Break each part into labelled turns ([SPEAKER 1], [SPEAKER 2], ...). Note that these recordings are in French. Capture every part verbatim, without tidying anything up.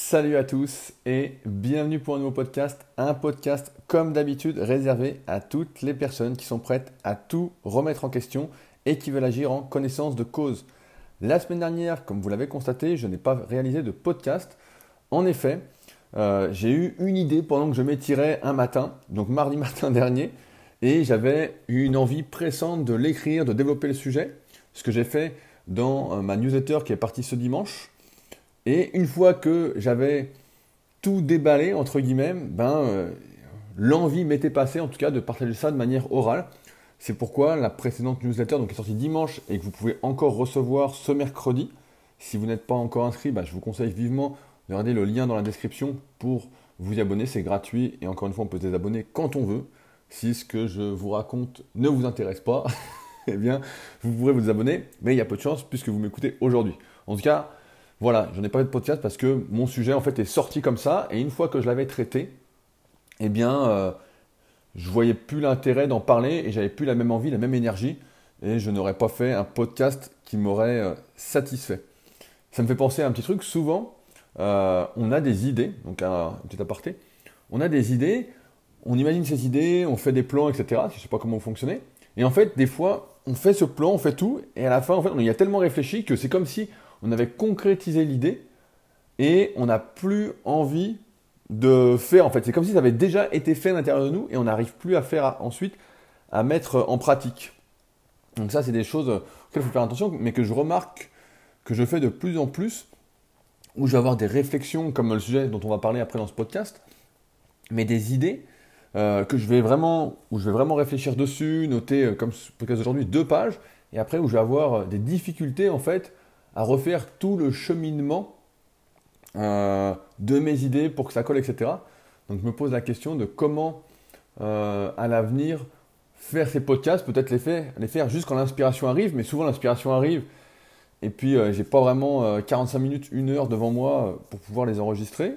[SPEAKER 1] Salut à tous et bienvenue pour un nouveau podcast, un podcast comme d'habitude réservé à toutes les personnes qui sont prêtes à tout remettre en question et qui veulent agir en connaissance de cause. La semaine dernière, comme vous l'avez constaté, je n'ai pas réalisé de podcast. En effet, euh, j'ai eu une idée pendant que je m'étirais un matin, donc mardi matin dernier, et j'avais eu une envie pressante de l'écrire, de développer le sujet, ce que j'ai fait dans ma newsletter qui est partie ce dimanche. Et une fois que j'avais tout déballé, entre guillemets, ben, euh, l'envie m'était passée, en tout cas, de partager ça de manière orale. C'est pourquoi la précédente newsletter, donc, qui est sortie dimanche et que vous pouvez encore recevoir ce mercredi, si vous n'êtes pas encore inscrit, ben, je vous conseille vivement de regarder le lien dans la description pour vous y abonner. C'est gratuit et encore une fois, on peut se désabonner quand on veut. Si ce que je vous raconte ne vous intéresse pas, eh bien, vous pourrez vous désabonner, mais il y a peu de chance puisque vous m'écoutez aujourd'hui. En tout cas, voilà, j'en ai pas fait de podcast parce que mon sujet en fait est sorti comme ça et une fois que je l'avais traité, eh bien, euh, je voyais plus l'intérêt d'en parler et j'avais plus la même envie, la même énergie et je n'aurais pas fait un podcast qui m'aurait euh, satisfait. Ça me fait penser à un petit truc. Souvent, euh, on a des idées, donc un, un petit aparté, on a des idées, on imagine ces idées, on fait des plans, et cetera. Je sais pas comment vous fonctionnez. Et en fait, des fois, on fait ce plan, on fait tout et à la fin, en fait, on y a tellement réfléchi que c'est comme si on avait concrétisé l'idée et on n'a plus envie de faire. En fait, c'est comme si ça avait déjà été fait à l'intérieur de nous et on n'arrive plus à faire à, ensuite à mettre en pratique. Donc ça, c'est des choses auxquelles il faut faire attention, mais que je remarque que je fais de plus en plus, où je vais avoir des réflexions comme le sujet dont on va parler après dans ce podcast, mais des idées euh, que je vais vraiment, où je vais vraiment réfléchir dessus, noter euh, comme ce podcast d'aujourd'hui deux pages, et après où je vais avoir des difficultés en fait à refaire tout le cheminement euh, de mes idées pour que ça colle, et cetera. Donc je me pose la question de comment, euh, à l'avenir, faire ces podcasts, peut-être les faire, les faire juste quand l'inspiration arrive, mais souvent l'inspiration arrive et puis euh, j'ai pas vraiment euh, quarante-cinq minutes, une heure devant moi euh, pour pouvoir les enregistrer.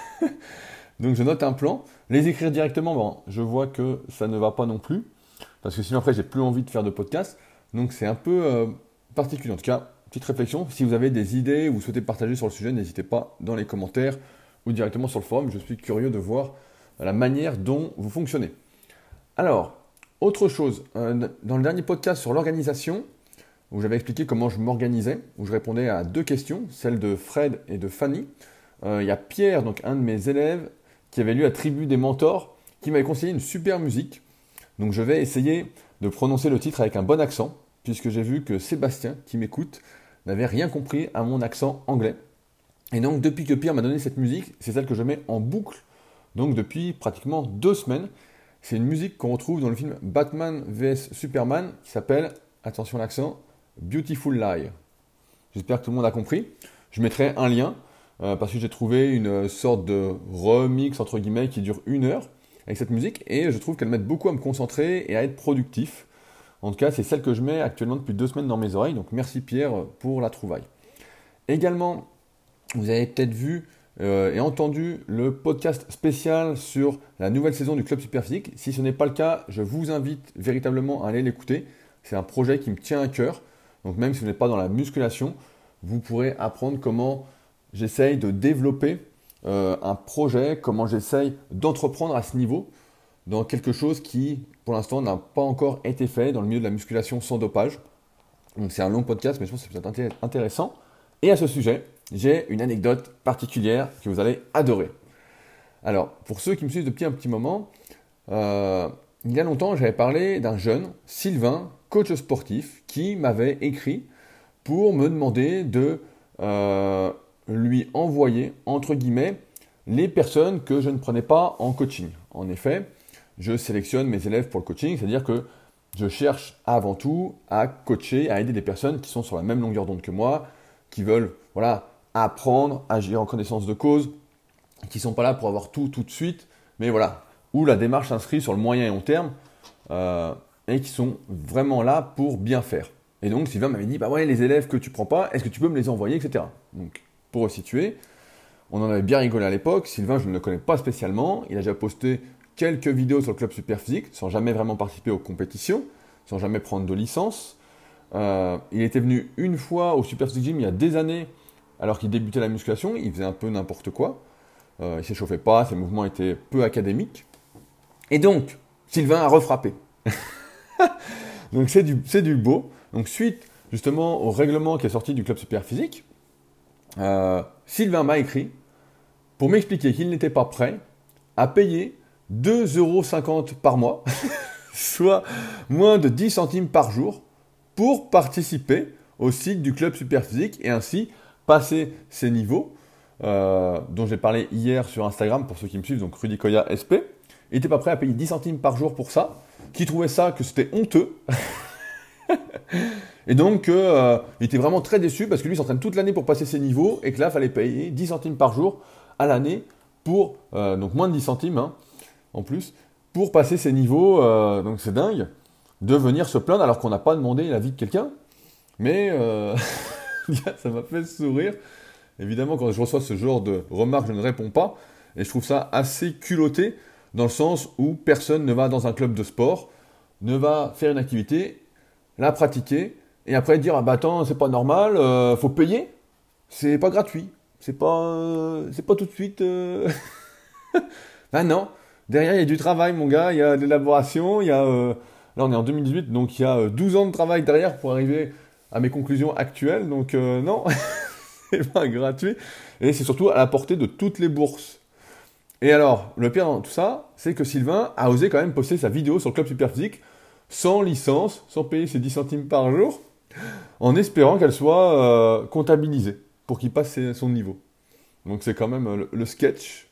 [SPEAKER 1] Donc je note un plan. Les écrire directement, bon, je vois que ça ne va pas non plus, parce que sinon après j'ai plus envie de faire de podcast. Donc c'est un peu euh, particulier. En tout cas, petite réflexion, si vous avez des idées ou vous souhaitez partager sur le sujet, n'hésitez pas dans les commentaires ou directement sur le forum. Je suis curieux de voir la manière dont vous fonctionnez. Alors, autre chose, euh, dans le dernier podcast sur l'organisation, où j'avais expliqué comment je m'organisais, où je répondais à deux questions, celle de Fred et de Fanny, euh, il y a Pierre, donc un de mes élèves, qui avait lu La Tribu des Mentors, qui m'avait conseillé une super musique. Donc je vais essayer de prononcer le titre avec un bon accent, puisque j'ai vu que Sébastien, qui m'écoute, n'avait rien compris à mon accent anglais. Et donc, depuis que Pierre m'a donné cette musique, c'est celle que je mets en boucle, donc depuis pratiquement deux semaines. C'est une musique qu'on retrouve dans le film Batman vs Superman, qui s'appelle, attention à l'accent, Beautiful Lie. J'espère que tout le monde a compris. Je mettrai un lien, euh, parce que j'ai trouvé une sorte de remix, entre guillemets, qui dure une heure, avec cette musique, et je trouve qu'elle m'aide beaucoup à me concentrer et à être productif. En tout cas, c'est celle que je mets actuellement depuis deux semaines dans mes oreilles. Donc, merci Pierre pour la trouvaille. Également, vous avez peut-être vu euh, et entendu le podcast spécial sur la nouvelle saison du Club Superphysique. Si ce n'est pas le cas, je vous invite véritablement à aller l'écouter. C'est un projet qui me tient à cœur. Donc, même si vous n'êtes pas dans la musculation, vous pourrez apprendre comment j'essaye de développer euh, un projet, comment j'essaye d'entreprendre à ce niveau dans quelque chose qui, pour l'instant, n'a pas encore été fait dans le milieu de la musculation sans dopage. Donc c'est un long podcast, mais je pense que c'est peut-être intéressant. Et à ce sujet, j'ai une anecdote particulière que vous allez adorer. Alors, pour ceux qui me suivent depuis un petit moment, euh, il y a longtemps, j'avais parlé d'un jeune, Sylvain, coach sportif, qui m'avait écrit pour me demander de euh, lui envoyer, entre guillemets, les personnes que je ne prenais pas en coaching. En effet, je sélectionne mes élèves pour le coaching, c'est-à-dire que je cherche avant tout à coacher, à aider des personnes qui sont sur la même longueur d'onde que moi, qui veulent voilà, apprendre, agir en connaissance de cause, qui ne sont pas là pour avoir tout tout de suite, mais voilà, où la démarche s'inscrit sur le moyen et long terme, euh, et qui sont vraiment là pour bien faire. Et donc Sylvain m'avait dit, bah ouais, les élèves que tu prends pas, est-ce que tu peux me les envoyer, et cetera. Donc pour resituer, on en avait bien rigolé à l'époque. Sylvain, je ne le connais pas spécialement, il a déjà posté quelques vidéos sur le Club Superphysique, sans jamais vraiment participer aux compétitions, sans jamais prendre de licence. Euh, il était venu une fois au Superphysique Gym il y a des années alors qu'il débutait la musculation, il faisait un peu n'importe quoi. Euh, il ne s'échauffait pas, ses mouvements étaient peu académiques. Et donc, Sylvain a refrappé. Donc c'est du, c'est du beau. Donc suite justement au règlement qui est sorti du club Superphysique, euh, Sylvain m'a écrit pour m'expliquer qu'il n'était pas prêt à payer deux euros cinquante par mois, soit moins de dix centimes par jour, pour participer au site du club Superphysique et ainsi passer ses niveaux, euh, dont j'ai parlé hier sur Instagram pour ceux qui me suivent, donc Rudy Koya S P. Il n'était pas prêt à payer dix centimes par jour pour ça, qui trouvait ça que c'était honteux. Et donc, euh, il était vraiment très déçu parce que lui, il s'entraîne toute l'année pour passer ses niveaux et que là, il fallait payer dix centimes par jour à l'année pour, euh, donc moins de dix centimes hein, en plus, pour passer ses niveaux. Euh, donc, c'est dingue de venir se plaindre alors qu'on n'a pas demandé l'avis de quelqu'un. Mais euh, ça m'a fait sourire. Évidemment, quand je reçois ce genre de remarques, je ne réponds pas. Et je trouve ça assez culotté dans le sens où personne ne va dans un club de sport, ne va faire une activité, la pratiquer, et après dire ah bah attends c'est pas normal, euh, faut payer, c'est pas gratuit, c'est pas euh, c'est pas tout de suite. Euh... ah non, derrière il y a du travail mon gars, il y a de l'élaboration, il y a euh... là on est en deux mille dix-huit donc il y a euh, douze ans de travail derrière pour arriver à mes conclusions actuelles, donc euh, non, c'est pas gratuit et c'est surtout à la portée de toutes les bourses. Et alors, le pire dans tout ça, c'est que Sylvain a osé quand même poster sa vidéo sur le club Superphysique sans licence, sans payer ses dix centimes par jour, en espérant qu'elle soit euh, comptabilisée pour qu'il passe ses, son niveau. Donc c'est quand même euh, le, le sketch.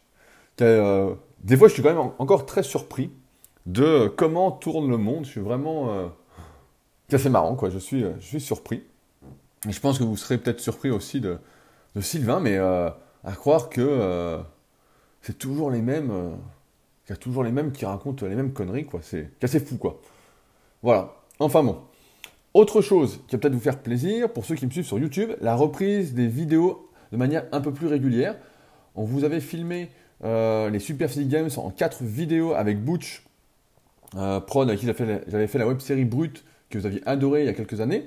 [SPEAKER 1] Euh, des fois, je suis quand même en, encore très surpris de euh, comment tourne le monde. Je suis vraiment... Euh, c'est assez marrant, quoi. Je suis, euh, je suis surpris. Et je pense que vous serez peut-être surpris aussi de, de Sylvain, mais euh, à croire que... Euh, c'est toujours les mêmes, euh, il y a toujours les mêmes qui racontent les mêmes conneries, quoi. C'est assez fou, quoi. Voilà. Enfin bon. Autre chose qui va peut-être vous faire plaisir, pour ceux qui me suivent sur YouTube, la reprise des vidéos de manière un peu plus régulière. On vous avait filmé euh, les Superphysique Games en quatre vidéos avec Butch, euh, prod avec qui j'avais fait, j'avais fait la web-série Brut que vous aviez adoré il y a quelques années.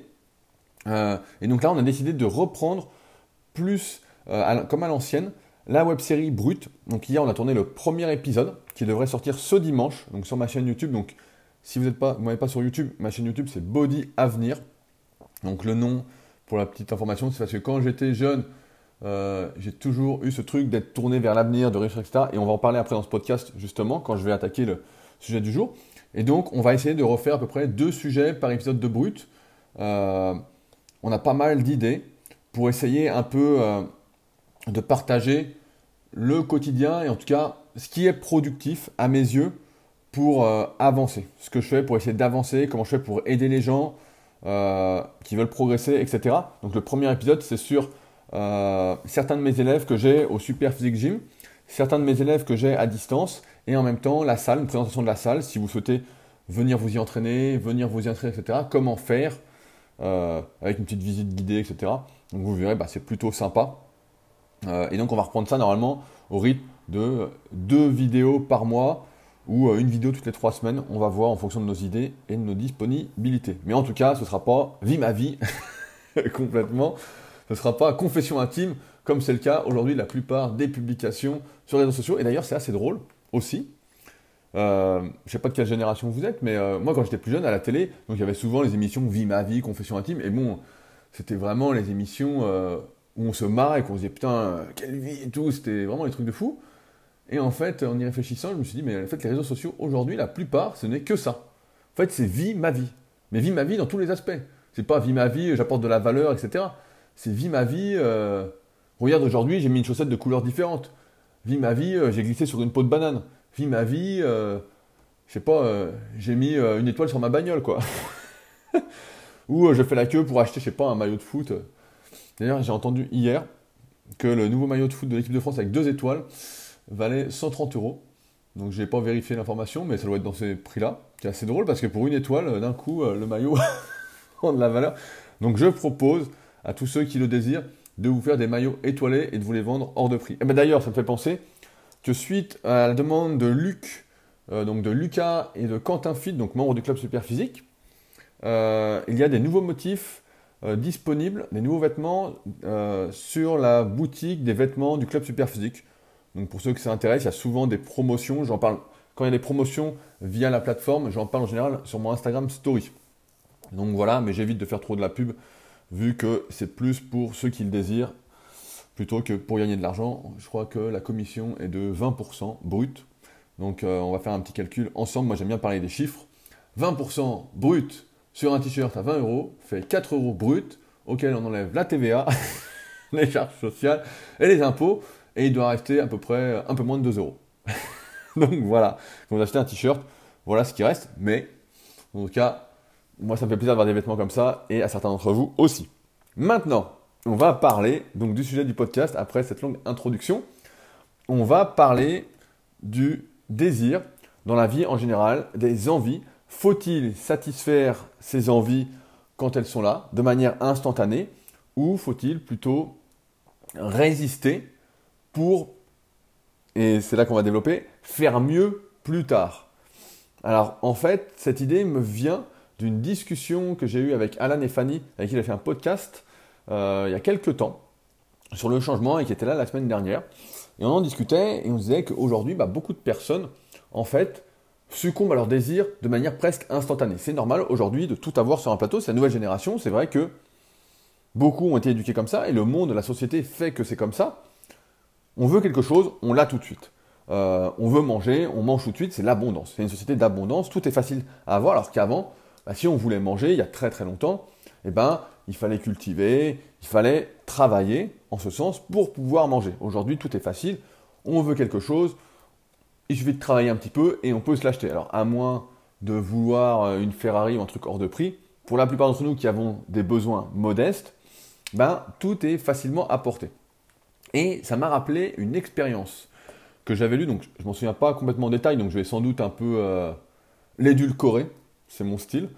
[SPEAKER 1] Euh, et donc là, on a décidé de reprendre plus, euh, à, comme à l'ancienne, la web-série Brut. Donc hier, on a tourné le premier épisode qui devrait sortir ce dimanche, donc sur ma chaîne YouTube. Donc si vous n'êtes pas, vous m'avez pas sur YouTube, ma chaîne YouTube c'est Body Avenir. Donc le nom, pour la petite information, c'est parce que quand j'étais jeune, euh, j'ai toujours eu ce truc d'être tourné vers l'avenir, de réussir, et cetera. Et on va en parler après dans ce podcast justement, quand je vais attaquer le sujet du jour. Et donc on va essayer de refaire à peu près deux sujets par épisode de Brut. Euh, on a pas mal d'idées pour essayer un peu... Euh, de partager le quotidien et en tout cas ce qui est productif à mes yeux pour euh, avancer. Ce que je fais pour essayer d'avancer, comment je fais pour aider les gens euh, qui veulent progresser, et cetera. Donc le premier épisode, c'est sur euh, certains de mes élèves que j'ai au Superphysique Gym, certains de mes élèves que j'ai à distance et en même temps la salle, une présentation de la salle, si vous souhaitez venir vous y entraîner, venir vous y entraîner, et cetera. Comment faire euh, avec une petite visite guidée, et cetera. Donc vous verrez, bah, c'est plutôt sympa. Euh, et donc on va reprendre ça normalement au rythme de deux vidéos par mois ou euh, une vidéo toutes les trois semaines. On va voir en fonction de nos idées et de nos disponibilités. Mais en tout cas, ce ne sera pas vie ma vie complètement. Ce ne sera pas confession intime comme c'est le cas aujourd'hui de la plupart des publications sur les réseaux sociaux. Et d'ailleurs, c'est assez drôle aussi. Euh, je ne sais pas de quelle génération vous êtes, mais euh, moi quand j'étais plus jeune à la télé, donc il y avait souvent les émissions vie ma vie, confession intime. Et bon, c'était vraiment les émissions... Euh, où on se marrait et qu'on se disait putain, quelle vie et tout, c'était vraiment des trucs de fou. Et en fait, en y réfléchissant, je me suis dit, mais en fait, les réseaux sociaux, aujourd'hui, la plupart, ce n'est que ça. En fait, c'est vie ma vie. Mais vie ma vie dans tous les aspects. C'est pas vie ma vie, j'apporte de la valeur, et cetera. C'est vie ma vie, euh... regarde, aujourd'hui, j'ai mis une chaussette de couleurs différentes. Vie ma vie, euh, j'ai glissé sur une peau de banane. Vie ma vie, euh... je sais pas, euh... j'ai mis euh, une étoile sur ma bagnole, quoi. Ou euh, je fais la queue pour acheter, je sais pas, un maillot de foot. D'ailleurs, j'ai entendu hier que le nouveau maillot de foot de l'équipe de France avec deux étoiles valait cent trente euros. Donc, je n'ai pas vérifié l'information, mais ça doit être dans ces prix-là. C'est assez drôle parce que pour une étoile, d'un coup, le maillot prend de la valeur. Donc, je propose à tous ceux qui le désirent de vous faire des maillots étoilés et de vous les vendre hors de prix. Et ben d'ailleurs, ça me fait penser que suite à la demande de Luc, euh, donc de Lucas et de Quentin Fit, donc membres du club Superphysique, euh, il y a des nouveaux motifs euh, disponibles, des nouveaux vêtements euh, sur la boutique des vêtements du Club Superphysique. Donc pour ceux qui s'intéressent, il y a souvent des promotions. J'en parle quand il y a des promotions via la plateforme, j'en parle en général sur mon Instagram Story. Donc voilà, mais j'évite de faire trop de la pub vu que c'est plus pour ceux qui le désirent plutôt que pour gagner de l'argent. Je crois que la commission est de vingt pour cent brut. Donc euh, on va faire un petit calcul ensemble. Moi j'aime bien parler des chiffres. vingt pour cent brut sur un t-shirt à vingt euros fait quatre euros brut, auquel on enlève la T V A, les charges sociales et les impôts. Et il doit rester à peu près un peu moins de deux euros. Donc voilà, quand vous achetez un t-shirt, voilà ce qui reste. Mais en tout cas, moi ça me fait plaisir d'avoir des vêtements comme ça et à certains d'entre vous aussi. Maintenant, on va parler donc du sujet du podcast après cette longue introduction. On va parler du désir dans la vie en général, des envies. Faut-il satisfaire ces envies quand elles sont là, de manière instantanée, ou faut-il plutôt résister pour, et c'est là qu'on va développer, faire mieux plus tard? Alors en fait, cette idée me vient d'une discussion que j'ai eue avec Alan et Fanny, avec qui j'ai fait un podcast euh, il y a quelques temps, sur le changement et qui était là la semaine dernière. Et on en discutait et on disait qu'aujourd'hui, bah, beaucoup de personnes, en fait, succombent à leur désir de manière presque instantanée. C'est normal aujourd'hui de tout avoir sur un plateau, c'est la nouvelle génération, c'est vrai que beaucoup ont été éduqués comme ça et le monde, la société fait que c'est comme ça. On veut quelque chose, on l'a tout de suite. Euh, on veut manger, on mange tout de suite, c'est l'abondance. C'est une société d'abondance, tout est facile à avoir, alors qu'avant, bah, si on voulait manger, il y a très très longtemps, eh ben, il fallait cultiver, il fallait travailler en ce sens pour pouvoir manger. Aujourd'hui, tout est facile, on veut quelque chose, il suffit de travailler un petit peu et on peut se l'acheter. Alors, à moins de vouloir une Ferrari ou un truc hors de prix, pour la plupart d'entre nous qui avons des besoins modestes, ben, tout est facilement apporté. Et ça m'a rappelé une expérience que j'avais lue, donc je ne m'en souviens pas complètement en détail, donc je vais sans doute un peu euh, l'édulcorer, c'est mon style,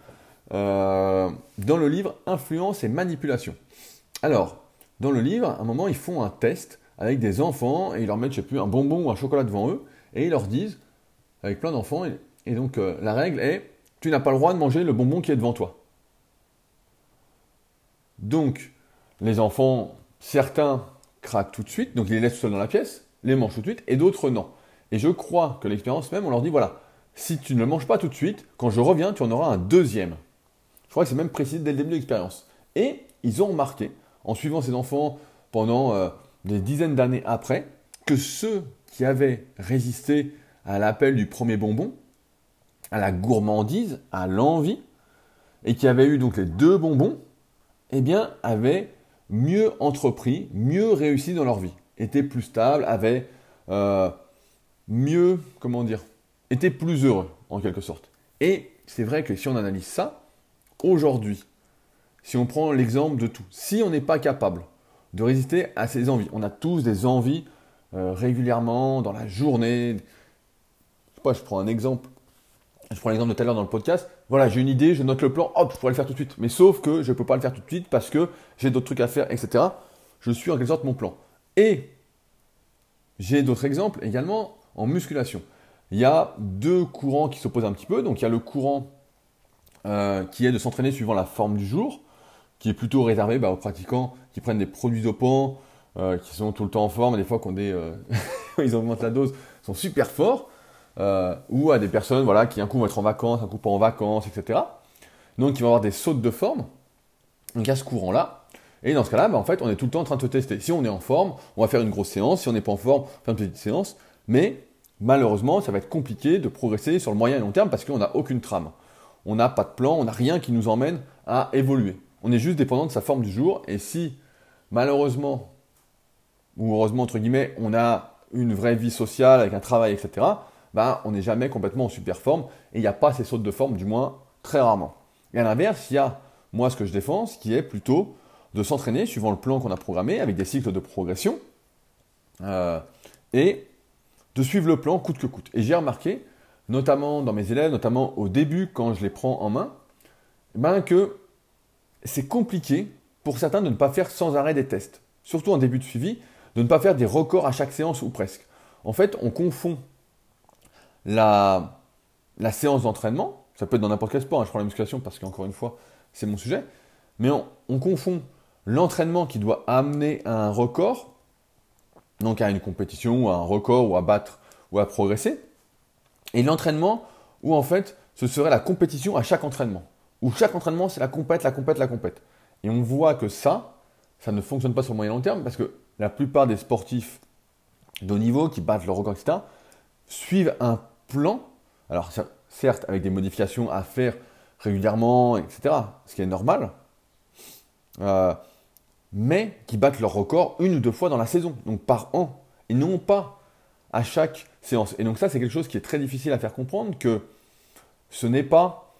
[SPEAKER 1] euh, dans le livre Influence et manipulation. Alors, dans le livre, à un moment, ils font un test avec des enfants et ils leur mettent, je ne sais plus, un bonbon ou un chocolat devant eux et ils leur disent, avec plein d'enfants, et, et donc euh, la règle est, tu n'as pas le droit de manger le bonbon qui est devant toi. Donc, les enfants, certains craquent tout de suite, donc ils les laissent seuls dans la pièce, les mangent tout de suite, et d'autres non. Et je crois que l'expérience même, on leur dit, voilà, si tu ne le manges pas tout de suite, quand je reviens, tu en auras un deuxième. Je crois que c'est même précisé dès le début de l'expérience. Et ils ont remarqué, en suivant ces enfants pendant euh, des dizaines d'années après, que ceux qui avaient résisté à l'appel du premier bonbon, à la gourmandise, à l'envie, et qui avaient eu donc les deux bonbons, eh bien, avaient mieux entrepris, mieux réussi dans leur vie, étaient plus stables, avaient euh, mieux, comment dire, étaient plus heureux, en quelque sorte. Et c'est vrai que si on analyse ça, aujourd'hui, si on prend l'exemple de tout, si on n'est pas capable de résister à ces envies, on a tous des envies euh, régulièrement dans la journée. Je sais pas, je prends un exemple. Je prends l'exemple de tout à l'heure dans le podcast. Voilà, j'ai une idée, je note le plan, hop, je pourrais le faire tout de suite. Mais sauf que je ne peux pas le faire tout de suite parce que j'ai d'autres trucs à faire, et cetera. Je suis en quelque sorte mon plan. Et j'ai d'autres exemples également en musculation. Il y a deux courants qui s'opposent un petit peu. Donc il y a le courant euh, qui est de s'entraîner suivant la forme du jour, qui est plutôt réservé bah, aux pratiquants qui prennent des produits dopants, euh, qui sont tout le temps en forme, et des fois qu'on des, euh, ils augmentent la dose, sont super forts, euh, ou à des personnes voilà, qui un coup vont être en vacances, un coup pas en vacances, et cetera. Donc ils vont avoir des sautes de forme, donc il y a ce courant-là, et dans ce cas-là, bah, en fait, on est tout le temps en train de se tester. Si on est en forme, on va faire une grosse séance, si on n'est pas en forme, on va faire une petite séance, mais malheureusement, ça va être compliqué de progresser sur le moyen et long terme parce qu'on n'a aucune trame. On n'a pas de plan, on n'a rien qui nous emmène à évoluer. On est juste dépendant de sa forme du jour. Et si, malheureusement, ou heureusement, entre guillemets, on a une vraie vie sociale avec un travail, et cetera, ben, on n'est jamais complètement en super forme. Et il n'y a pas ces sautes de forme, du moins très rarement. Et à l'inverse, il y a, moi, ce que je défends, ce qui est plutôt de s'entraîner suivant le plan qu'on a programmé, avec des cycles de progression, euh, et de suivre le plan coûte que coûte. Et j'ai remarqué, notamment dans mes élèves, notamment au début, quand je les prends en main, ben, que c'est compliqué pour certains de ne pas faire sans arrêt des tests. Surtout en début de suivi, de ne pas faire des records à chaque séance ou presque. En fait, on confond la, la séance d'entraînement, ça peut être dans n'importe quel sport, hein, je prends la musculation parce qu'encore une fois, c'est mon sujet, Mais on, on confond l'entraînement qui doit amener à un record, donc à une compétition, ou à un record, ou à battre, ou à progresser, et l'entraînement où en fait ce serait la compétition à chaque entraînement. Où chaque entraînement c'est la compète, la compète, la compète. Et on voit que ça, ça ne fonctionne pas sur le moyen long terme parce que la plupart des sportifs de haut niveau qui battent leur record, et cetera, suivent un plan, alors certes avec des modifications à faire régulièrement, et cetera, ce qui est normal, euh, mais qui battent leur record une ou deux fois dans la saison, donc par an, et non pas à chaque séance. Et donc ça, c'est quelque chose qui est très difficile à faire comprendre, que ce n'est pas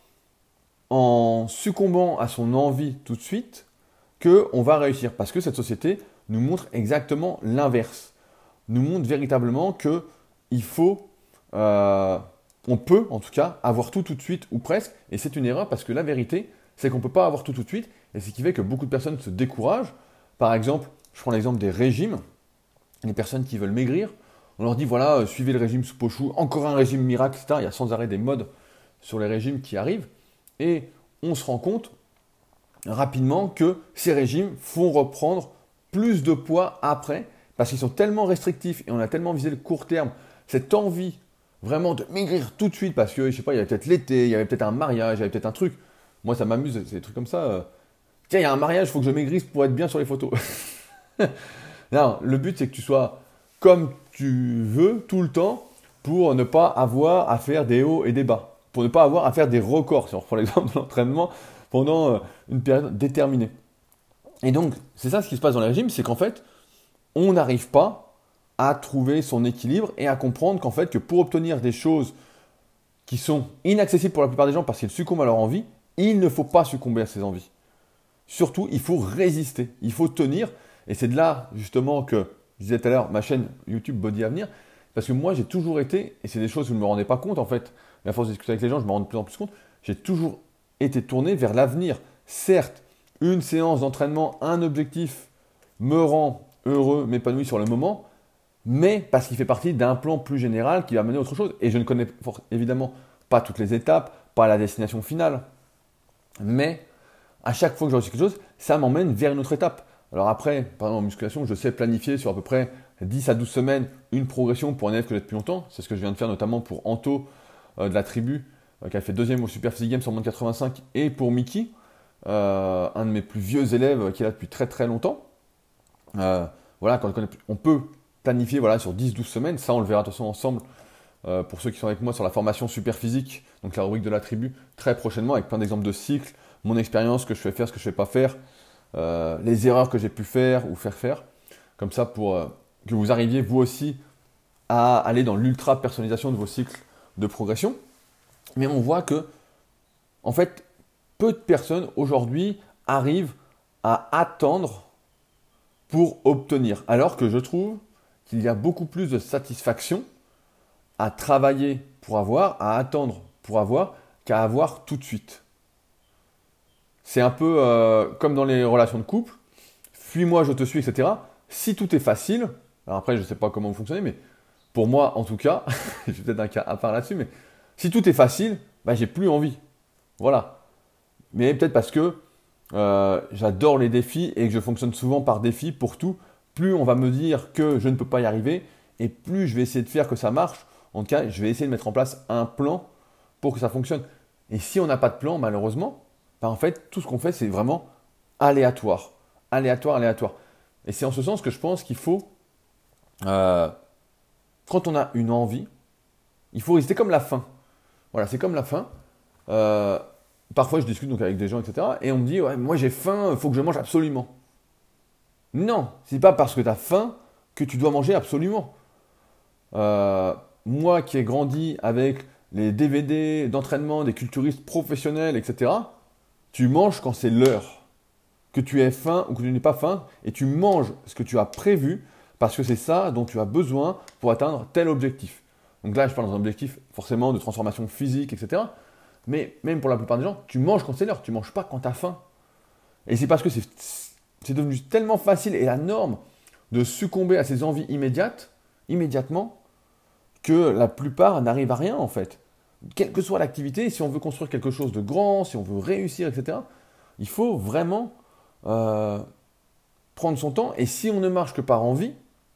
[SPEAKER 1] en succombant à son envie tout de suite qu'on va réussir. Parce que cette société nous montre exactement l'inverse. Nous montre véritablement qu'il faut, euh, on peut en tout cas, avoir tout tout de suite ou presque. Et c'est une erreur parce que la vérité, c'est qu'on ne peut pas avoir tout tout de suite. Et c'est ce qui fait que beaucoup de personnes se découragent. Par exemple, je prends l'exemple des régimes. Les personnes qui veulent maigrir, on leur dit voilà, euh, suivez le régime soupe aux choux, encore un régime miracle, et cetera. Il y a sans arrêt des modes sur les régimes qui arrivent. Et on se rend compte rapidement que ces régimes font reprendre plus de poids après parce qu'ils sont tellement restrictifs et on a tellement visé le court terme, cette envie vraiment de maigrir tout de suite parce que, je sais pas, il y avait peut-être l'été, il y avait peut-être un mariage, il y avait peut-être un truc. Moi, ça m'amuse, c'est des trucs comme ça. euh, Tiens, il y a un mariage, il faut que je maigrisse pour être bien sur les photos. Non, le but, c'est que tu sois comme tu veux tout le temps pour ne pas avoir à faire des hauts et des bas. Pour ne pas avoir à faire des records, si on reprend l'exemple de l'entraînement, pendant euh, une période déterminée. Et donc, c'est ça ce qui se passe dans les régimes, c'est qu'en fait, on n'arrive pas à trouver son équilibre et à comprendre qu'en fait, que pour obtenir des choses qui sont inaccessibles pour la plupart des gens parce qu'ils succombent à leur envie, il ne faut pas succomber à ces envies. Surtout, il faut résister, il faut tenir. Et c'est de là, justement, que je disais tout à l'heure, ma chaîne YouTube Body Avenir, parce que moi, j'ai toujours été, et c'est des choses que je ne me rendais pas compte, en fait, mais à force de discuter avec les gens, je me rends de plus en plus compte, j'ai toujours été tourné vers l'avenir. Certes, une séance d'entraînement, un objectif me rend heureux, m'épanouit sur le moment, mais parce qu'il fait partie d'un plan plus général qui va mener à autre chose. Et je ne connais évidemment pas toutes les étapes, pas la destination finale, mais à chaque fois que je réussis quelque chose, ça m'emmène vers une autre étape. Alors après, par exemple en musculation, je sais planifier sur à peu près dix à douze semaines une progression pour un élève que j'ai depuis longtemps. C'est ce que je viens de faire notamment pour Anto euh, de la tribu, euh, qui a fait deuxième au Super Physique Games en moins de quatre-vingt-cinq, et pour Mickey, euh, un de mes plus vieux élèves euh, qui est là depuis très très longtemps. Euh, voilà, quand on, connaît, on peut planifier voilà, sur dix à douze semaines, ça on le verra de toute façon ensemble euh, pour ceux qui sont avec moi sur la formation Super Physique, donc la rubrique de la tribu, très prochainement avec plein d'exemples de cycles, mon expérience, ce que je fais faire, ce que je ne fais pas faire, euh, les erreurs que j'ai pu faire ou faire faire, comme ça pour euh, que vous arriviez vous aussi à aller dans l'ultra personnalisation de vos cycles de progression. Mais on voit que, en fait, peu de personnes aujourd'hui arrivent à attendre pour obtenir, alors que je trouve qu'il y a beaucoup plus de satisfaction à travailler pour avoir, à attendre pour avoir, qu'à avoir tout de suite. C'est un peu euh, comme dans les relations de couple, fuis-moi, je te suis, et cetera. Si tout est facile, alors après je ne sais pas comment vous fonctionnez, mais pour moi en tout cas, j'ai peut-être un cas à part là-dessus, mais si tout est facile, bah, j'ai plus envie. Voilà. Mais peut-être parce que euh, j'adore les défis et que je fonctionne souvent par défi pour tout, plus on va me dire que je ne peux pas y arriver et plus je vais essayer de faire que ça marche. En tout cas, je vais essayer de mettre en place un plan pour que ça fonctionne. Et si on n'a pas de plan, malheureusement, bah en fait, tout ce qu'on fait, c'est vraiment aléatoire. Aléatoire, aléatoire. Et c'est en ce sens que je pense qu'il faut, euh, quand on a une envie, il faut résister comme la faim. Voilà, c'est comme la faim. Euh, parfois, je discute donc avec des gens, et cetera. Et on me dit, ouais, moi j'ai faim, il faut que je mange absolument. Non, c'est pas parce que tu as faim que tu dois manger absolument. Euh, moi qui ai grandi avec les D V D d'entraînement des culturistes professionnels, et cetera, tu manges quand c'est l'heure. Que tu aies faim ou que tu n'aies pas faim, et tu manges ce que tu as prévu parce que c'est ça dont tu as besoin pour atteindre tel objectif. Donc là, je parle dans un objectif forcément de transformation physique, et cetera. Mais même pour la plupart des gens, tu manges quand c'est l'heure, tu ne manges pas quand tu as faim. Et c'est parce que c'est, c'est devenu tellement facile et la norme de succomber à ces envies immédiates, immédiatement, que la plupart n'arrivent à rien en fait. Quelle que soit l'activité, si on veut construire quelque chose de grand, si on veut réussir, et cetera, il faut vraiment euh, prendre son temps. Et si on ne marche que par envie,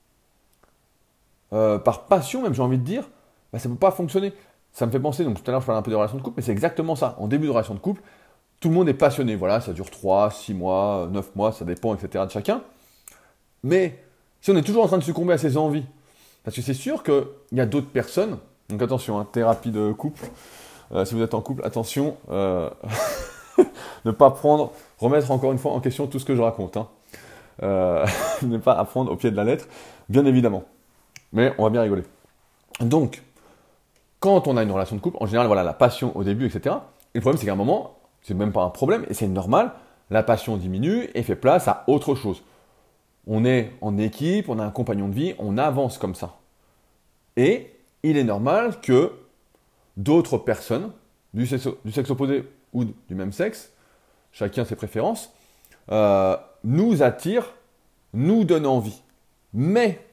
[SPEAKER 1] euh, par passion même, j'ai envie de dire, bah, ça ne peut pas fonctionner. Ça me fait penser, donc tout à l'heure je parlais un peu des relations de couple, mais c'est exactement ça. En début de relation de couple, tout le monde est passionné. Voilà, ça dure trois, six mois, neuf mois, ça dépend, et cetera de chacun. Mais si on est toujours en train de succomber à ses envies, parce que c'est sûr qu'il y a d'autres personnes, donc attention, hein, thérapie de couple, euh, si vous êtes en couple, attention, euh, ne pas prendre, remettre encore une fois en question tout ce que je raconte. Hein. Euh, ne pas apprendre au pied de la lettre, bien évidemment. Mais on va bien rigoler. Donc, quand on a une relation de couple, en général, voilà, la passion au début, et cetera. Et le problème, c'est qu'à un moment, c'est même pas un problème, et c'est normal, la passion diminue et fait place à autre chose. On est en équipe, on a un compagnon de vie, on avance comme ça. Et il est normal que d'autres personnes, du sexe, du sexe opposé ou du même sexe, chacun ses préférences, euh, nous attirent, nous donnent envie. Mais,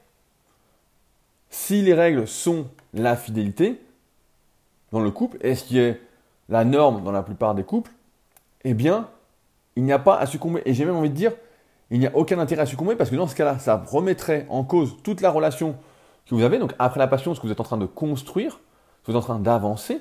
[SPEAKER 1] si les règles sont la fidélité dans le couple, et ce qui est la norme dans la plupart des couples, eh bien, il n'y a pas à succomber. Et j'ai même envie de dire, il n'y a aucun intérêt à succomber parce que dans ce cas-là, ça remettrait en cause toute la relation que vous avez. Donc après la passion, ce que vous êtes en train de construire, ce que vous êtes en train d'avancer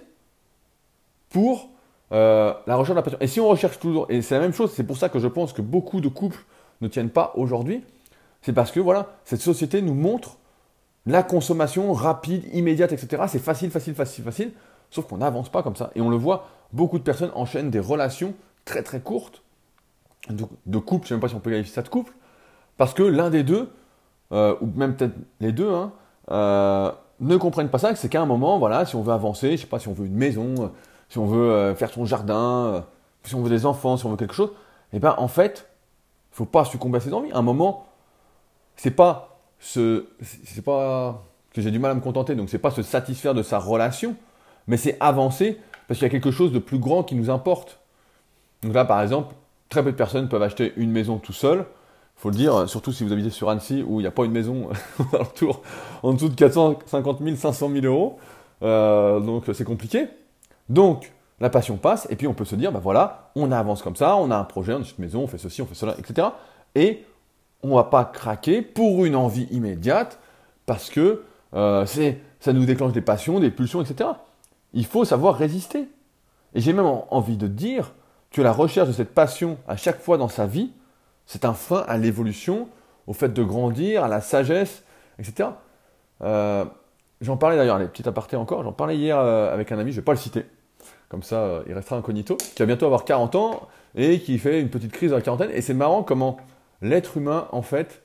[SPEAKER 1] pour euh, la recherche de la passion. Et si on recherche toujours, et c'est la même chose, c'est pour ça que je pense que beaucoup de couples ne tiennent pas aujourd'hui, c'est parce que voilà, cette société nous montre la consommation rapide, immédiate, et cetera. C'est facile, facile, facile, facile, sauf qu'on n'avance pas comme ça. Et on le voit, beaucoup de personnes enchaînent des relations très très courtes, de, de couple, je ne sais même pas si on peut qualifier ça de couple, parce que l'un des deux, euh, ou même peut-être les deux, hein, euh, ne comprennent pas ça, que c'est qu'à un moment, voilà, si on veut avancer, je ne sais pas si on veut une maison, euh, si on veut euh, faire son jardin, euh, si on veut des enfants, si on veut quelque chose, et bien en fait, il ne faut pas succomber à ses envies. À un moment, c'est pas ce, c'est pas que j'ai du mal à me contenter, donc c'est pas se satisfaire de sa relation, mais c'est avancer parce qu'il y a quelque chose de plus grand qui nous importe. Donc là, par exemple, très peu de personnes peuvent acheter une maison tout seul. Il faut le dire, surtout si vous habitez sur Annecy où il n'y a pas une maison autour, en dessous de quatre cent cinquante mille, cinq cent mille euros. Euh, donc c'est compliqué. Donc la passion passe et puis on peut se dire, ben voilà, on avance comme ça, on a un projet, on a une maison, on fait ceci, on fait cela, et cetera. Et on ne va pas craquer pour une envie immédiate parce que euh, c'est, ça nous déclenche des passions, des pulsions, et cetera. Il faut savoir résister. Et j'ai même envie de dire que la recherche de cette passion à chaque fois dans sa vie, c'est un frein à l'évolution, au fait de grandir, à la sagesse, et cetera. Euh, j'en parlais d'ailleurs, les petits apartés encore, j'en parlais hier euh, avec un ami, je ne vais pas le citer, comme ça euh, il restera incognito, qui va bientôt avoir quarante ans et qui fait une petite crise dans la quarantaine. Et c'est marrant comment l'être humain, en fait,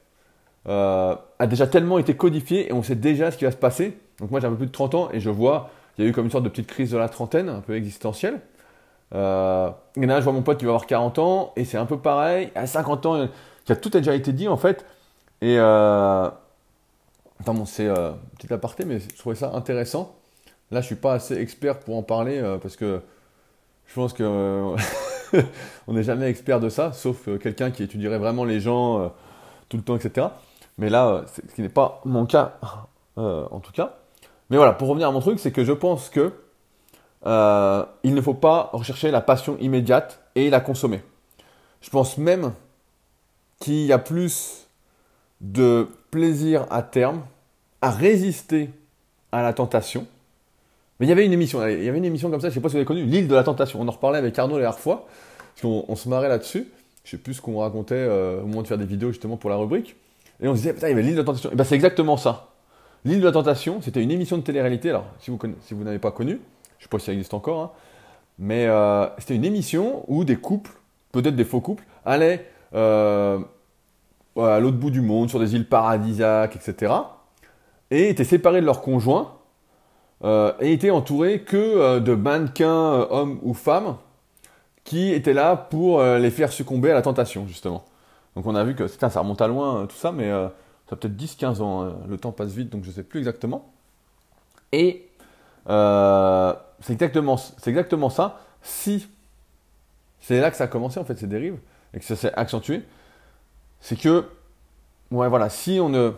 [SPEAKER 1] euh, a déjà tellement été codifié et on sait déjà ce qui va se passer. Donc moi j'ai un peu plus de trente ans et je vois, il y a eu comme une sorte de petite crise de la trentaine, un peu existentielle. Euh, et là, je vois mon pote qui va avoir quarante ans et c'est un peu pareil. À cinquante ans, qui a tout a déjà été dit en fait. Et euh, enfin bon, c'est euh, petit aparté, mais je trouvais ça intéressant. Là, je suis pas assez expert pour en parler euh, parce que je pense que euh, on n'est jamais expert de ça, sauf euh, quelqu'un qui étudierait vraiment les gens euh, tout le temps, et cetera. Mais là, euh, c'est, ce qui n'est pas mon cas, euh, en tout cas. Mais voilà, pour revenir à mon truc, c'est que je pense que Euh, il ne faut pas rechercher la passion immédiate et la consommer. Je pense même qu'il y a plus de plaisir à terme à résister à la tentation. Mais il y avait une émission, il y avait une émission comme ça, je ne sais pas si vous avez connu, l'île de la tentation. On en reparlait avec Arnaud la dernière fois, parce qu'on on se marrait là-dessus. Je ne sais plus ce qu'on racontait euh, au moment de faire des vidéos justement pour la rubrique. Et on se disait, putain, il y avait l'île de la tentation. Et bien c'est exactement ça. L'île de la tentation, c'était une émission de télé-réalité. Alors, si vous, si vous n'avez pas connu, je ne sais pas si ça existe encore, hein. Mais euh, c'était une émission où des couples, peut-être des faux couples, allaient euh, à l'autre bout du monde, sur des îles paradisiaques, et cetera. Et étaient séparés de leurs conjoints euh, et étaient entourés que euh, de mannequins, euh, hommes ou femmes, qui étaient là pour euh, les faire succomber à la tentation, justement. Donc on a vu que ça remonte à loin, euh, tout ça, mais euh, ça a peut-être dix quinze ans. Hein. Le temps passe vite, donc je ne sais plus exactement. Et euh, c'est exactement, c'est exactement ça. Si c'est là que ça a commencé, en fait, ces dérives, et que ça s'est accentué, c'est que, ouais, voilà, si on ne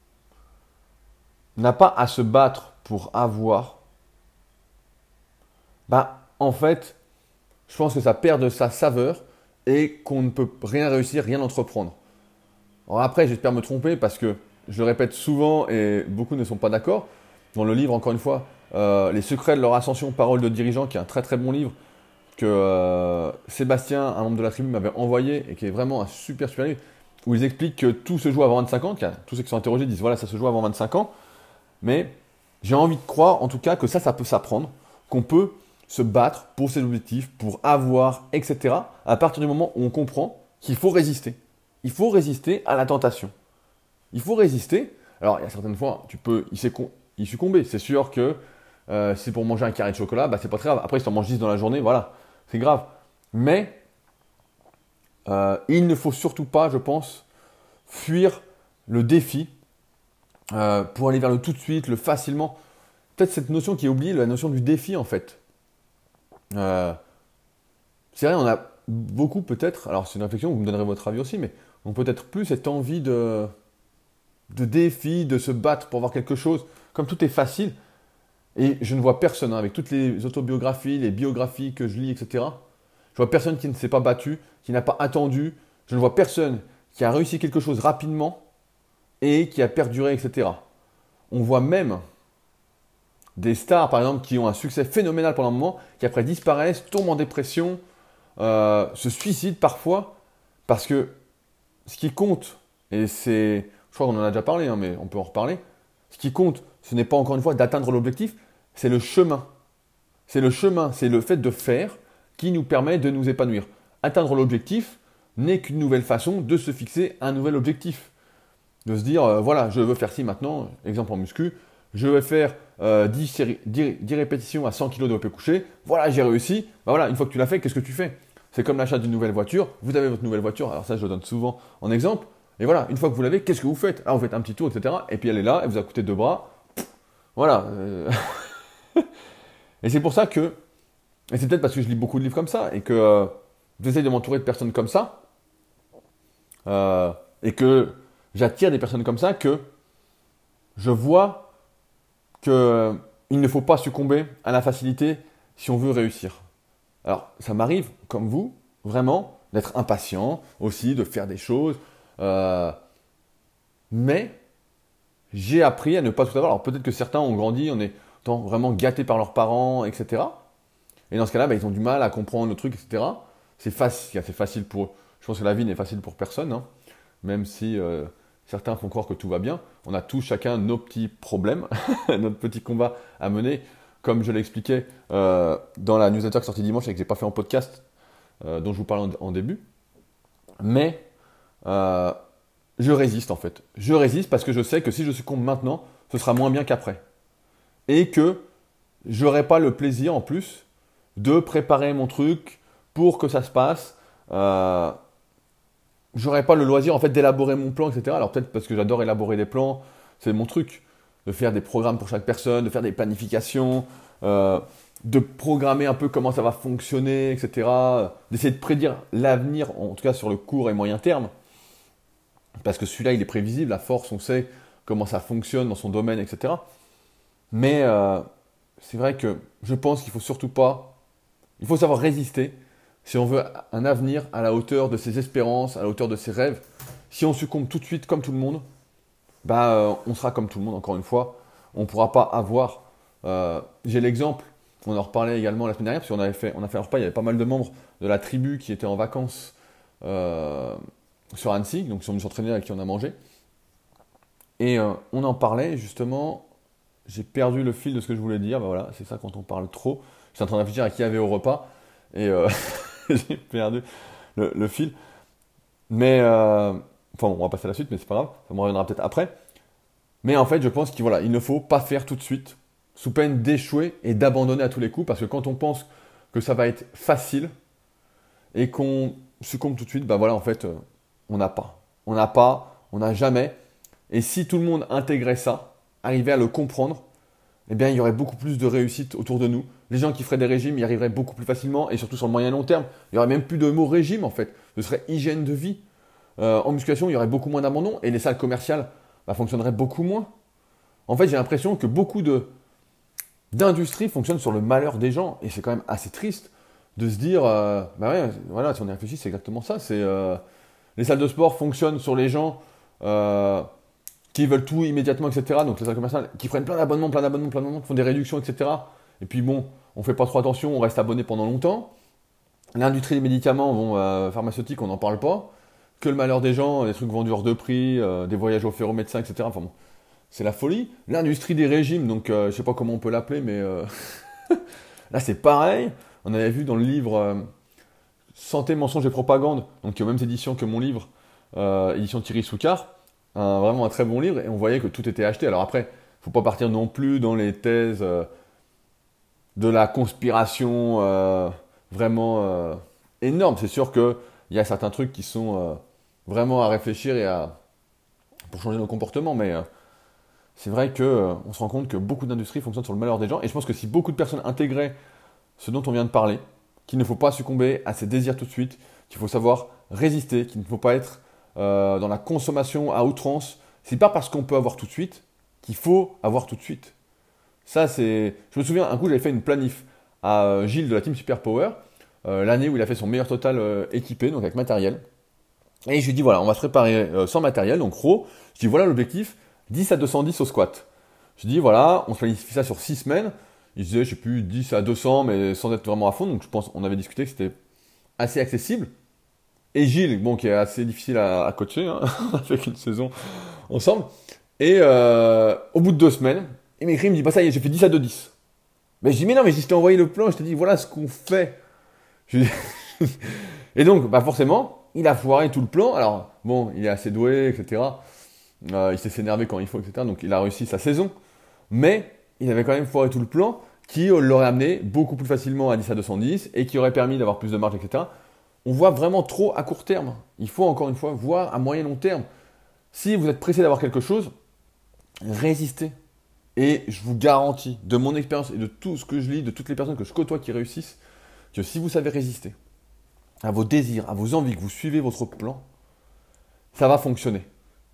[SPEAKER 1] n'a pas à se battre pour avoir, bah, en fait, je pense que ça perd de sa saveur et qu'on ne peut rien réussir, rien entreprendre. Alors après, j'espère me tromper parce que je le répète souvent et beaucoup ne sont pas d'accord. Dans le livre, encore une fois, euh, Les secrets de leur ascension, paroles de dirigeants, qui est un très très bon livre que euh, Sébastien, un membre de la tribu, m'avait envoyé et qui est vraiment un super super livre où ils expliquent que tout se joue avant vingt-cinq ans. Tous ceux qui sont interrogés disent voilà, ça se joue avant vingt-cinq ans. Mais j'ai envie de croire, en tout cas, que ça, ça peut s'apprendre, qu'on peut se battre pour ses objectifs, pour avoir, et cetera, à partir du moment où on comprend qu'il faut résister. Il faut résister à la tentation. Il faut résister. Alors, il y a certaines fois, tu peux y succomber. C'est sûr que euh, si c'est pour manger un carré de chocolat, bah, c'est pas très grave. Après, si tu en manges dix dans la journée, voilà, c'est grave. Mais euh, il ne faut surtout pas, je pense, fuir le défi euh, pour aller vers le tout de suite, le facilement. Peut-être cette notion qui est oubliée, la notion du défi, en fait. Euh, c'est vrai, on a beaucoup peut-être, alors c'est une réflexion, vous me donnerez votre avis aussi, mais on peut être plus cette envie de, de défi, de se battre pour avoir quelque chose, comme tout est facile, et je ne vois personne, hein, avec toutes les autobiographies, les biographies que je lis, et cetera, je vois personne qui ne s'est pas battu, qui n'a pas attendu, je ne vois personne qui a réussi quelque chose rapidement et qui a perduré, et cetera. On voit même des stars, par exemple, qui ont un succès phénoménal pendant un moment, qui après disparaissent, tombent en dépression, euh, se suicident parfois, parce que ce qui compte, et c'est, je crois qu'on en a déjà parlé, hein, mais on peut en reparler, ce qui compte, ce n'est pas encore une fois d'atteindre l'objectif, c'est le chemin. C'est le chemin, c'est le fait de faire qui nous permet de nous épanouir. Atteindre l'objectif n'est qu'une nouvelle façon de se fixer un nouvel objectif. De se dire, euh, voilà, je veux faire ci maintenant, exemple en muscu, je vais faire euh, dix, séries, dix, dix répétitions à cent kilos de développé couché. Voilà, j'ai réussi. Ben voilà, une fois que tu l'as fait, qu'est-ce que tu fais? C'est comme l'achat d'une nouvelle voiture. Vous avez votre nouvelle voiture. Alors ça, je le donne souvent en exemple. Et voilà, une fois que vous l'avez, qu'est-ce que vous faites? Alors vous faites un petit tour, et cetera. Et puis elle est là, elle vous a coûté deux bras. Voilà. Et c'est pour ça que, et c'est peut-être parce que je lis beaucoup de livres comme ça, et que euh, j'essaie de m'entourer de personnes comme ça, euh, et que j'attire des personnes comme ça, que je vois qu'il ne faut pas succomber à la facilité si on veut réussir. Alors, ça m'arrive, comme vous, vraiment, d'être impatient aussi, de faire des choses. Euh, mais j'ai appris à ne pas tout avoir. Alors, peut-être que certains ont grandi en étant vraiment gâtés par leurs parents, et cetera. Et dans ce cas-là, bah, ils ont du mal à comprendre le truc, et cetera. C'est facile, c'est facile pour eux. Je pense que la vie n'est facile pour personne, hein, même si... Euh, certains font croire que tout va bien. On a tous chacun nos petits problèmes, notre petit combat à mener. Comme je l'expliquais euh, dans la newsletter qui est sortie dimanche et que je n'ai pas fait en podcast, euh, dont je vous parlais en, en début. Mais euh, je résiste en fait. Je résiste parce que je sais que si je succombe maintenant, ce sera moins bien qu'après. Et que je n'aurai pas le plaisir en plus de préparer mon truc pour que ça se passe. Euh, J'aurais pas le loisir en fait d'élaborer mon plan, et cetera. Alors peut-être parce que j'adore élaborer des plans, c'est mon truc, de faire des programmes pour chaque personne, de faire des planifications, euh, de programmer un peu comment ça va fonctionner, et cetera. D'essayer de prédire l'avenir, en tout cas sur le court et moyen terme, parce que celui-là il est prévisible, à force on sait comment ça fonctionne dans son domaine, et cetera. Mais euh, c'est vrai que je pense qu'il faut surtout pas, il faut savoir résister. Si on veut un avenir à la hauteur de ses espérances, à la hauteur de ses rêves, si on succombe tout de suite comme tout le monde, bah, euh, on sera comme tout le monde, encore une fois. On ne pourra pas avoir... Euh, j'ai l'exemple, on en reparlait également la semaine dernière, parce qu'on avait fait, on a fait un repas, il y avait pas mal de membres de la tribu qui étaient en vacances euh, sur Annecy, donc ils sont venus s'entraîner avec qui on a mangé. Et euh, on en parlait, justement, j'ai perdu le fil de ce que je voulais dire, bah voilà, c'est ça quand on parle trop. J'étais en train de réfléchir à qui il y avait au repas, et... Euh, j'ai perdu le, le fil. Mais, euh, enfin, bon, on va passer à la suite, mais c'est pas grave, ça me reviendra peut-être après. Mais en fait, je pense qu'il voilà, il ne faut pas faire tout de suite, sous peine d'échouer et d'abandonner à tous les coups, parce que quand on pense que ça va être facile et qu'on succombe tout de suite, bah voilà, en fait, euh, on n'a pas. On n'a pas, on n'a jamais. Et si tout le monde intégrait ça, arrivait à le comprendre, eh bien, il y aurait beaucoup plus de réussite autour de nous. Les gens qui feraient des régimes y arriveraient beaucoup plus facilement, et surtout sur le moyen long terme. Il n'y aurait même plus de mot régime, en fait. Ce serait hygiène de vie. Euh, en musculation, il y aurait beaucoup moins d'abandon, et les salles commerciales bah, fonctionneraient beaucoup moins. En fait, j'ai l'impression que beaucoup de, d'industries fonctionnent sur le malheur des gens, et c'est quand même assez triste de se dire, euh, bah ouais, voilà, si on y réfléchit, c'est exactement ça. C'est euh, les salles de sport fonctionnent sur les gens euh, qui veulent tout immédiatement, et cetera. Donc les salles commerciales qui prennent plein d'abonnements, plein d'abonnements, plein d'abonnements, qui font des réductions, et cetera. Et puis bon, on fait pas trop attention, on reste abonné pendant longtemps. L'industrie des médicaments, bon, euh, pharmaceutiques, on n'en parle pas. Que le malheur des gens, des trucs vendus hors de prix, euh, des voyages offerts aux médecins, et cetera. Enfin bon, c'est la folie. L'industrie des régimes, donc euh, je sais pas comment on peut l'appeler, mais euh, là c'est pareil. On avait vu dans le livre euh, Santé, mensonges et propagande, donc qui est aux mêmes éditions que mon livre, euh, édition Thierry Soucard, un- vraiment un très bon livre, et on voyait que tout était acheté. Alors après, faut pas partir non plus dans les thèses euh, de la conspiration euh, vraiment euh, énorme. C'est sûr qu'il y a certains trucs qui sont euh, vraiment à réfléchir et à, pour changer nos comportements, mais euh, c'est vrai qu'on euh, se rend compte que beaucoup d'industries fonctionnent sur le malheur des gens, et je pense que si beaucoup de personnes intégraient ce dont on vient de parler, qu'il ne faut pas succomber à ses désirs tout de suite, qu'il faut savoir résister, qu'il ne faut pas être euh, dans la consommation à outrance. C'est pas parce qu'on peut avoir tout de suite qu'il faut avoir tout de suite. Ça, c'est. Je me souviens, un coup, j'avais fait une planif à euh, Gilles de la Team Super Power, euh, l'année où il a fait son meilleur total euh, équipé, donc avec matériel. Et je lui dis, voilà, on va se préparer euh, sans matériel, donc gros. Je dis, voilà l'objectif, dix à deux cent dix au squat. Je dis, voilà, on se planifie ça sur six semaines. Il disait, je sais plus, dix à deux cents, mais sans être vraiment à fond. Donc je pense, on avait discuté que c'était assez accessible. Et Gilles, bon, qui est assez difficile à, à coacher, hein, avec une saison ensemble. Et euh, au bout de deux semaines, il m'écrit, il me dit, bah ça y est, j'ai fait dix à deux dix. Mais je dis, mais non, mais je t'ai envoyé le plan, je t'ai dit, voilà ce qu'on fait. Je dis- Et donc, bah forcément, il a foiré tout le plan. Alors, bon, il est assez doué, et cetera. Euh, il sait s'énerver quand il faut, et cetera. Donc, il a réussi sa saison. Mais il avait quand même foiré tout le plan qui euh, l'aurait amené beaucoup plus facilement à dix à deux cent dix et qui aurait permis d'avoir plus de marge, et cetera. On voit vraiment trop à court terme. Il faut encore une fois voir à moyen long terme. Si vous êtes pressé d'avoir quelque chose, résistez. Et je vous garantis, de mon expérience et de tout ce que je lis, de toutes les personnes que je côtoie qui réussissent, que si vous savez résister à vos désirs, à vos envies, que vous suivez votre plan, ça va fonctionner.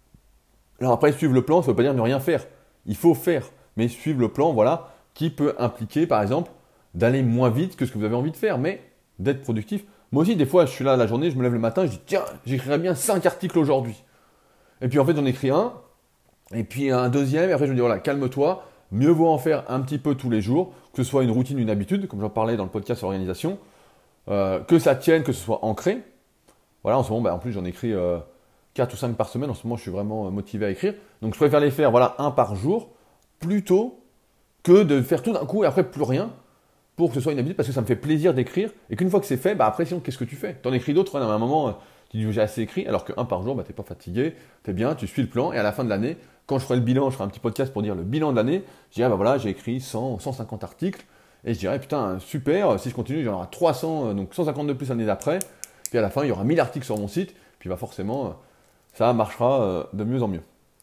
[SPEAKER 1] Alors après, suivre le plan, ça ne veut pas dire ne rien faire. Il faut faire, mais suivre le plan, voilà, qui peut impliquer, par exemple, d'aller moins vite que ce que vous avez envie de faire, mais d'être productif. Moi aussi, des fois, je suis là la journée, je me lève le matin, je dis, tiens, j'écrirai bien cinq articles aujourd'hui. Et puis en fait, j'en écris un, et puis un deuxième, et après je me dis, voilà, calme-toi, mieux vaut en faire un petit peu tous les jours, que ce soit une routine, une habitude, comme j'en parlais dans le podcast sur l'organisation, euh, que ça tienne, que ce soit ancré. Voilà, en ce moment, bah, en plus, j'en écris euh, quatre ou cinq par semaine. En ce moment, je suis vraiment euh, motivé à écrire. Donc, je préfère les faire, voilà, un par jour, plutôt que de faire tout d'un coup et après plus rien pour que ce soit une habitude, parce que ça me fait plaisir d'écrire. Et qu'une fois que c'est fait, bah après, sinon, qu'est-ce que tu fais? T'en écris d'autres, hein, à un moment, euh, tu dis, j'ai assez écrit, alors qu'un par jour, bah, t'es pas fatigué, t'es bien, tu suis le plan, et à la fin de l'année, quand je ferai le bilan, je ferai un petit podcast pour dire le bilan de l'année, je dirais, bah voilà, j'ai écrit cent, cent cinquante articles, et je dirais, putain, super, si je continue, j'en aurai trois cents, euh, donc cent cinquante de plus l'année d'après, puis à la fin, il y aura mille articles sur mon site, puis bah forcément, euh, ça marchera euh, de mieux en mieux.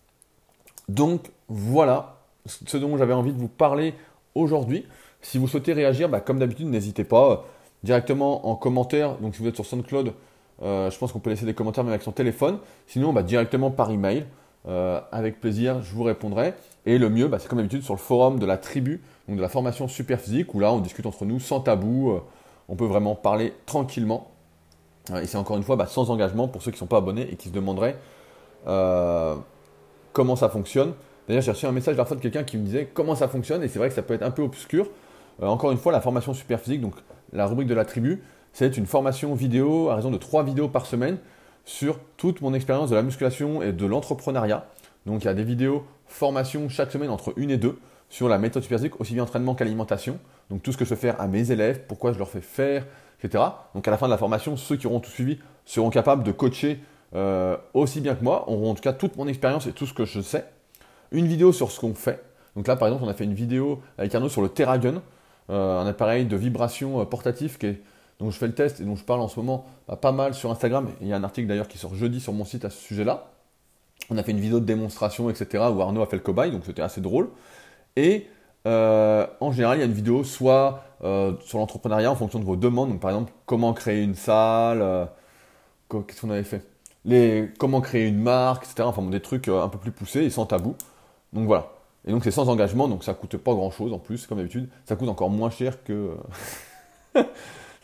[SPEAKER 1] Donc voilà ce dont j'avais envie de vous parler aujourd'hui. Si vous souhaitez réagir, bah, comme d'habitude, n'hésitez pas euh, directement en commentaire. Donc si vous êtes sur SoundCloud, euh, je pense qu'on peut laisser des commentaires même avec son téléphone. Sinon, bah, directement par email. Euh, avec plaisir, je vous répondrai. Et le mieux, bah, c'est comme d'habitude sur le forum de la tribu, donc de la formation super physique, où là, on discute entre nous sans tabou. Euh, on peut vraiment parler tranquillement. Euh, et c'est encore une fois bah, sans engagement pour ceux qui ne sont pas abonnés et qui se demanderaient euh, comment ça fonctionne. D'ailleurs, j'ai reçu un message la dernière fois de quelqu'un qui me disait comment ça fonctionne, et c'est vrai que ça peut être un peu obscur. Euh, encore une fois, la formation super physique, donc la rubrique de la tribu, c'est une formation vidéo à raison de trois vidéos par semaine sur toute mon expérience de la musculation et de l'entrepreneuriat. Donc il y a des vidéos formation chaque semaine entre une et deux sur la méthode super physique, aussi bien entraînement qu'alimentation. Donc tout ce que je fais faire à mes élèves, pourquoi je leur fais faire, et cetera. Donc à la fin de la formation, ceux qui auront tout suivi seront capables de coacher euh, aussi bien que moi, auront en tout cas toute mon expérience et tout ce que je sais. Une vidéo sur ce qu'on fait. Donc là, par exemple, on a fait une vidéo avec Arnaud sur le TerraGun, euh, un appareil de vibration euh, portatif qui est, dont je fais le test et dont je parle en ce moment bah, pas mal sur Instagram. Il y a un article d'ailleurs qui sort jeudi sur mon site à ce sujet-là. On a fait une vidéo de démonstration, et cetera, où Arnaud a fait le cobaye, donc c'était assez drôle. Et euh, en général, il y a une vidéo soit euh, sur l'entrepreneuriat en fonction de vos demandes. Donc par exemple, comment créer une salle, euh, qu'est-ce qu'on avait fait les, comment créer une marque, et cetera. Enfin bon, des trucs euh, un peu plus poussés et sans tabou. Donc voilà. Et donc c'est sans engagement, donc ça coûte pas grand chose en plus, comme d'habitude. Ça coûte encore moins cher que.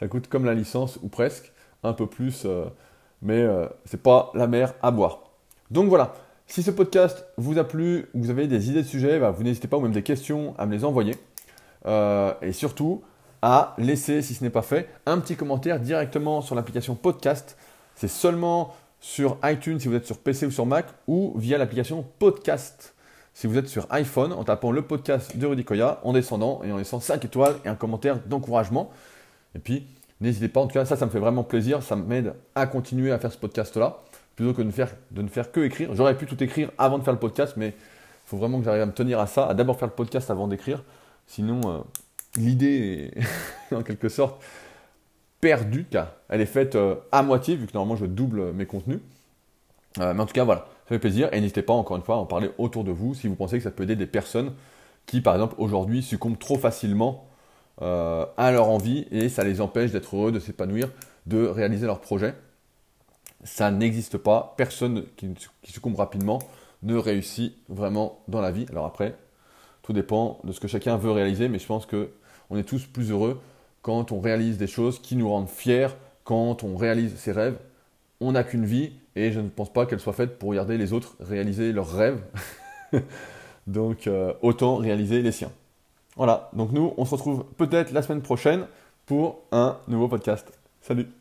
[SPEAKER 1] ça coûte comme la licence ou presque, un peu plus, euh, mais euh, c'est pas la mer à boire. Donc voilà, si ce podcast vous a plu, vous avez des idées de sujets, bah, vous n'hésitez pas ou même des questions à me les envoyer. Euh, et surtout, à laisser, si ce n'est pas fait, un petit commentaire directement sur l'application podcast. C'est seulement sur iTunes si vous êtes sur P C ou sur Mac ou via l'application podcast. Si vous êtes sur iPhone, en tapant le podcast de Rudy Koya, en descendant et en laissant cinq étoiles et un commentaire d'encouragement. Et puis, n'hésitez pas, en tout cas, ça, ça me fait vraiment plaisir. Ça m'aide à continuer à faire ce podcast-là, plutôt que de, faire, de ne faire que écrire. J'aurais pu tout écrire avant de faire le podcast, mais il faut vraiment que j'arrive à me tenir à ça, à d'abord faire le podcast avant d'écrire. Sinon, euh, l'idée est en quelque sorte perdue, car elle est faite euh, à moitié, vu que normalement je double mes contenus. Euh, mais en tout cas, voilà, ça fait plaisir. Et n'hésitez pas, encore une fois, à en parler autour de vous si vous pensez que ça peut aider des personnes qui, par exemple, aujourd'hui succombent trop facilement euh, à leur envie et ça les empêche d'être heureux, de s'épanouir, de réaliser leurs projets. Ça n'existe pas. Personne qui, qui succombe rapidement ne réussit vraiment dans la vie. Alors après, tout dépend de ce que chacun veut réaliser, mais je pense qu'on est tous plus heureux quand on réalise des choses qui nous rendent fiers, quand on réalise ses rêves. On n'a qu'une vie et je ne pense pas qu'elle soit faite pour regarder les autres réaliser leurs rêves. Donc euh, autant réaliser les siens. Voilà, donc nous on se retrouve peut-être la semaine prochaine pour un nouveau podcast. Salut!